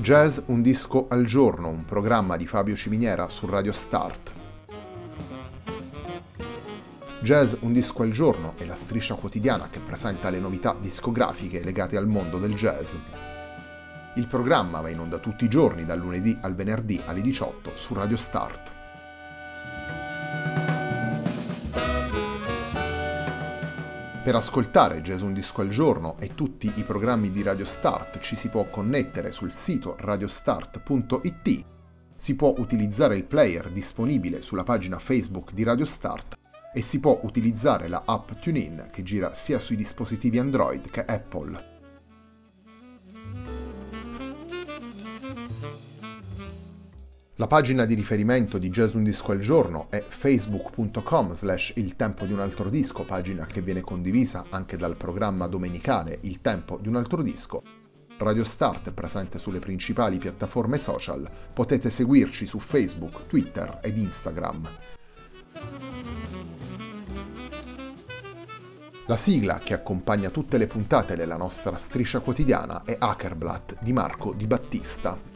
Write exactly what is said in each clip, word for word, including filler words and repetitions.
Jazz un disco al giorno, un programma di Fabio Ciminiera su Radio Start. Jazz un disco al giorno è la striscia quotidiana che presenta le novità discografiche legate al mondo del jazz. Il programma va in onda tutti i giorni dal lunedì al venerdì alle diciotto su Radio Start. Per ascoltare Jazz un disco al giorno e tutti i programmi di Radio Start ci si può connettere sul sito radiostart punto it, si può utilizzare il player disponibile sulla pagina Facebook di Radio Start e si può utilizzare la app TuneIn che gira sia sui dispositivi Android che Apple. La pagina di riferimento di Jazz un disco al giorno è facebook punto com slash il tempo di un altro disco, pagina che viene condivisa anche dal programma domenicale Il tempo di un altro disco. Radio Start è presente sulle principali piattaforme social, potete seguirci su Facebook, Twitter ed Instagram. La sigla che accompagna tutte le puntate della nostra striscia quotidiana è Hackerblatt di Marco Di Battista.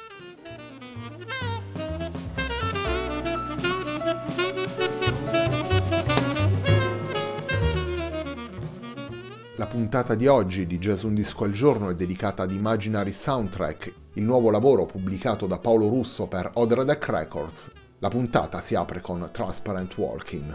La puntata di oggi di Jazz un disco al giorno è dedicata ad Imaginary Soundtrack, il nuovo lavoro pubblicato da Paolo Russo per Odradek Records. La puntata si apre con Transparent Walking.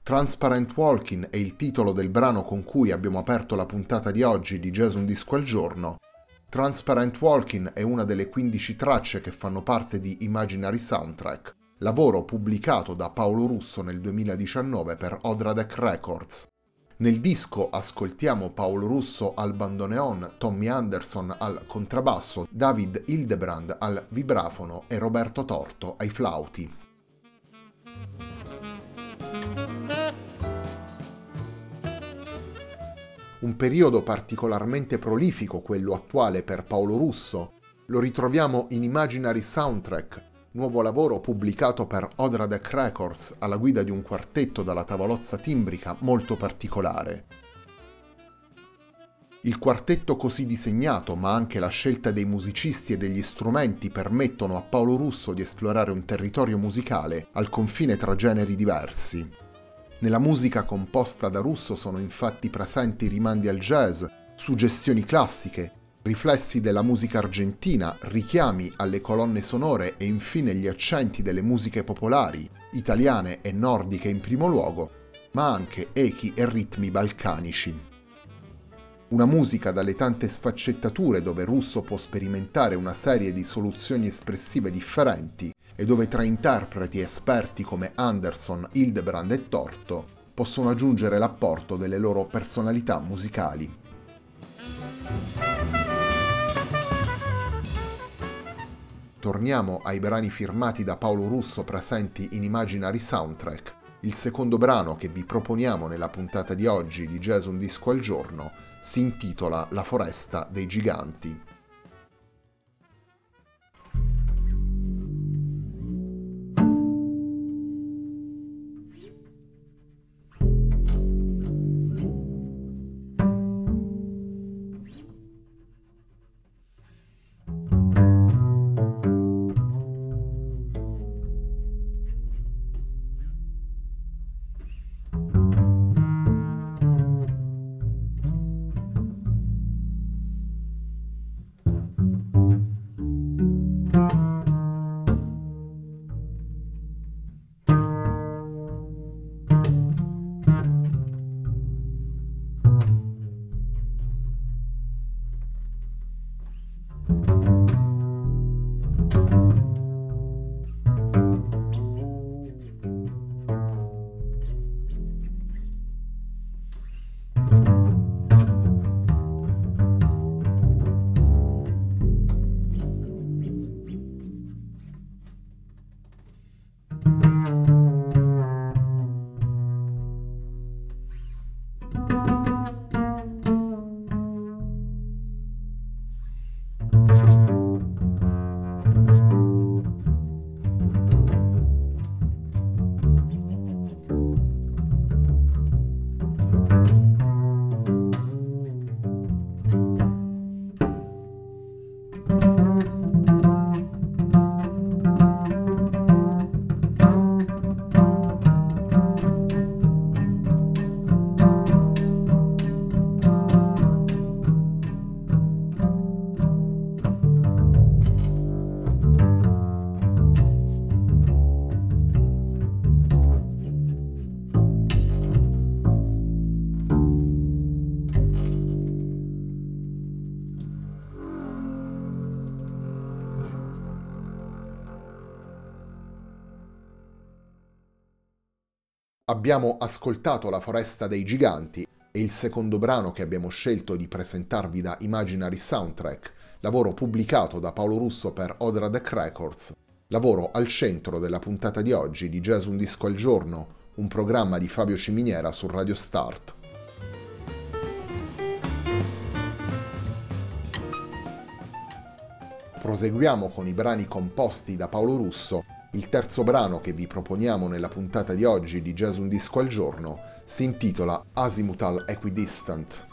Transparent Walking è il titolo del brano con cui abbiamo aperto la puntata di oggi di Jazz Un Disco al Giorno. Transparent Walking è una delle quindici tracce che fanno parte di Imaginary Soundtrack, lavoro pubblicato da Paolo Russo nel duemiladiciannove per Odradek Records. Nel disco ascoltiamo Paolo Russo al bandoneon, Tommy Anderson al contrabbasso, David Hildebrand al vibrafono e Roberto Torto ai flauti. Un periodo particolarmente prolifico quello attuale per Paolo Russo. Lo ritroviamo in Imaginary Soundtrack, nuovo lavoro pubblicato per Odradek Records alla guida di un quartetto dalla tavolozza timbrica molto particolare. Il quartetto così disegnato, ma anche la scelta dei musicisti e degli strumenti permettono a Paolo Russo di esplorare un territorio musicale al confine tra generi diversi. Nella musica composta da Russo sono infatti presenti rimandi al jazz, suggestioni classiche, riflessi della musica argentina, richiami alle colonne sonore e infine gli accenti delle musiche popolari, italiane e nordiche in primo luogo, ma anche echi e ritmi balcanici. Una musica dalle tante sfaccettature dove Russo può sperimentare una serie di soluzioni espressive differenti e dove tra interpreti esperti come Anderson, Hildebrand e Torto possono aggiungere l'apporto delle loro personalità musicali. Torniamo ai brani firmati da Paolo Russo presenti in Imaginary Soundtrack. Il secondo brano che vi proponiamo nella puntata di oggi di Jazz Un Disco al Giorno si intitola La foresta dei giganti. Abbiamo ascoltato La foresta dei giganti e il secondo brano che abbiamo scelto di presentarvi da Imaginary Soundtrack, lavoro pubblicato da Paolo Russo per Odradek Records, lavoro al centro della puntata di oggi di Jazz Un Disco al Giorno, un programma di Fabio Ciminiera su Radio Start. Proseguiamo con i brani composti da Paolo Russo. Il terzo brano che vi proponiamo nella puntata di oggi di Jazz Un Disco al Giorno si intitola Azimuthal Equidistant.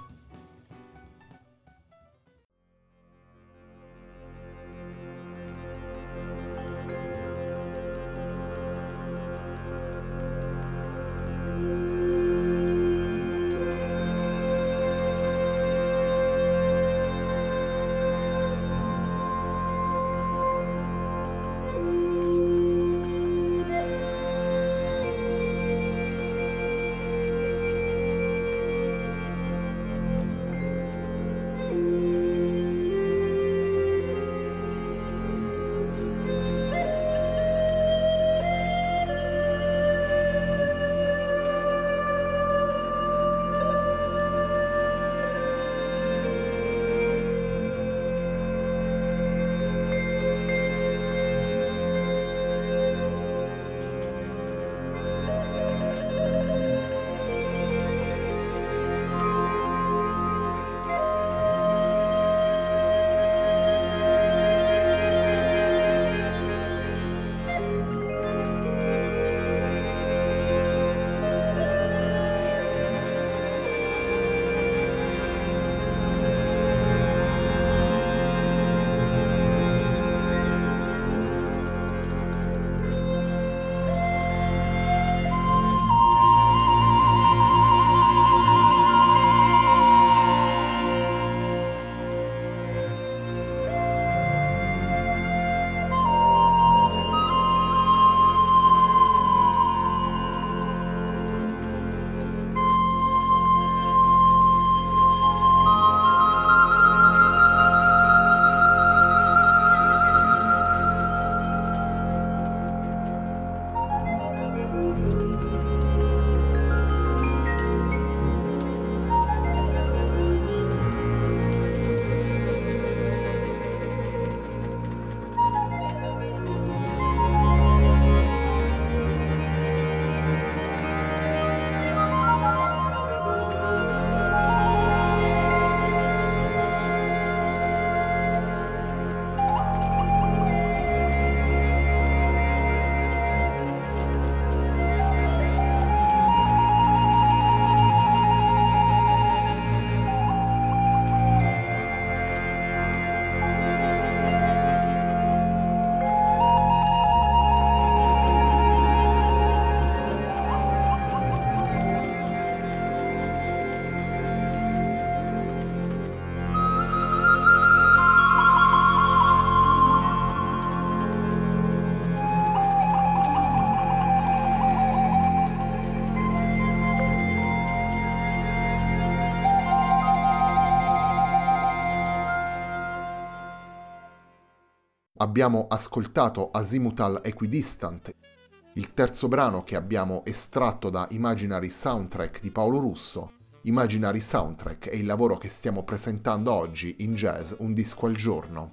abbiamo ascoltato Azimuthal Equidistant, il terzo brano che abbiamo estratto da Imaginary Soundtrack di Paolo Russo. Imaginary Soundtrack è il lavoro che stiamo presentando oggi in Jazz Un Disco al Giorno.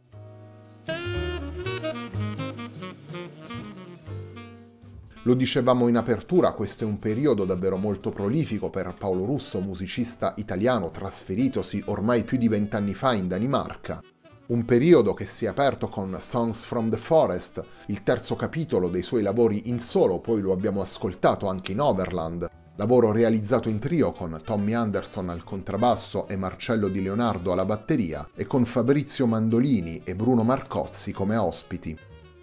Lo dicevamo in apertura, questo è un periodo davvero molto prolifico per Paolo Russo, musicista italiano trasferitosi ormai più di vent'anni fa in Danimarca. Un periodo che si è aperto con Songs from the Forest, il terzo capitolo dei suoi lavori in solo, poi lo abbiamo ascoltato anche in Overland, lavoro realizzato in trio con Tommy Anderson al contrabbasso e Marcello Di Leonardo alla batteria e con Fabrizio Mandolini e Bruno Marcozzi come ospiti.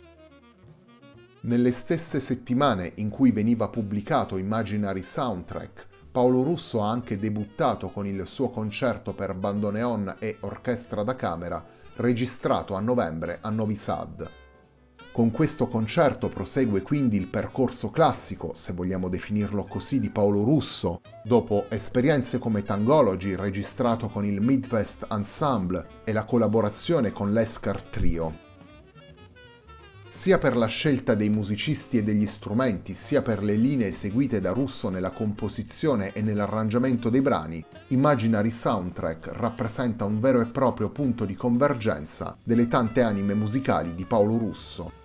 Nelle stesse settimane in cui veniva pubblicato Imaginary Soundtrack, Paolo Russo ha anche debuttato con il suo concerto per bandoneon e orchestra da camera, registrato a novembre a Novi Sad. Con questo concerto prosegue quindi il percorso classico, se vogliamo definirlo così, di Paolo Russo, dopo esperienze come Tangology registrato con il Midwest Ensemble e la collaborazione con l'Escar Trio. Sia per la scelta dei musicisti e degli strumenti, sia per le linee seguite da Russo nella composizione e nell'arrangiamento dei brani, Imaginary Soundtrack rappresenta un vero e proprio punto di convergenza delle tante anime musicali di Paolo Russo.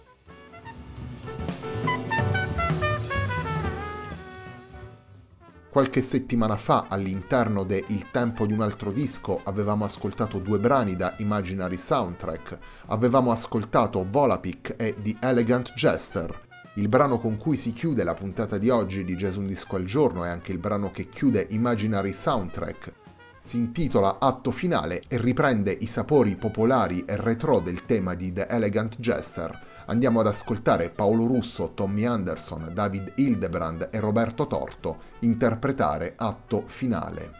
Qualche settimana fa, all'interno de Il tempo di un altro disco, avevamo ascoltato due brani da Imaginary Soundtrack. Avevamo ascoltato Volapük e The Elegant Jester. Il brano con cui si chiude la puntata di oggi di Jazz Un Disco al Giorno è anche il brano che chiude Imaginary Soundtrack. Si intitola Atto Finale e riprende i sapori popolari e retro del tema di The Elegant Jester. Andiamo ad ascoltare Paolo Russo, Tommy Anderson, David Hildebrand e Roberto Torto interpretare Atto Finale.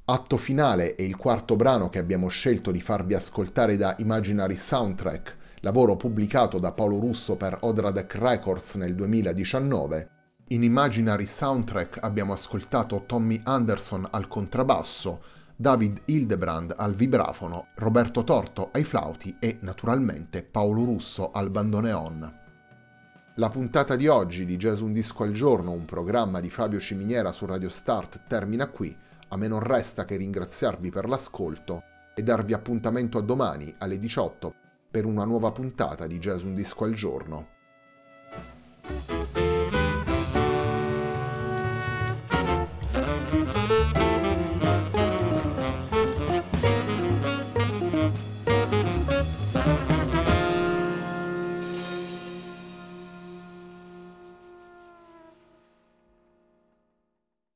Atto finale è il quarto brano che abbiamo scelto di farvi ascoltare da Imaginary Soundtrack, lavoro pubblicato da Paolo Russo per Odradek Records nel duemiladiciannove. In Imaginary Soundtrack abbiamo ascoltato Tommy Anderson al contrabbasso, David Hildebrand al vibrafono, Roberto Torto ai flauti e, naturalmente, Paolo Russo al bandoneon. La puntata di oggi di Jazz Un Disco al Giorno, un programma di Fabio Ciminiera su Radio Start, termina qui. A me non resta che ringraziarvi per l'ascolto e darvi appuntamento a domani alle diciotto per una nuova puntata di Jazz Un Disco al Giorno.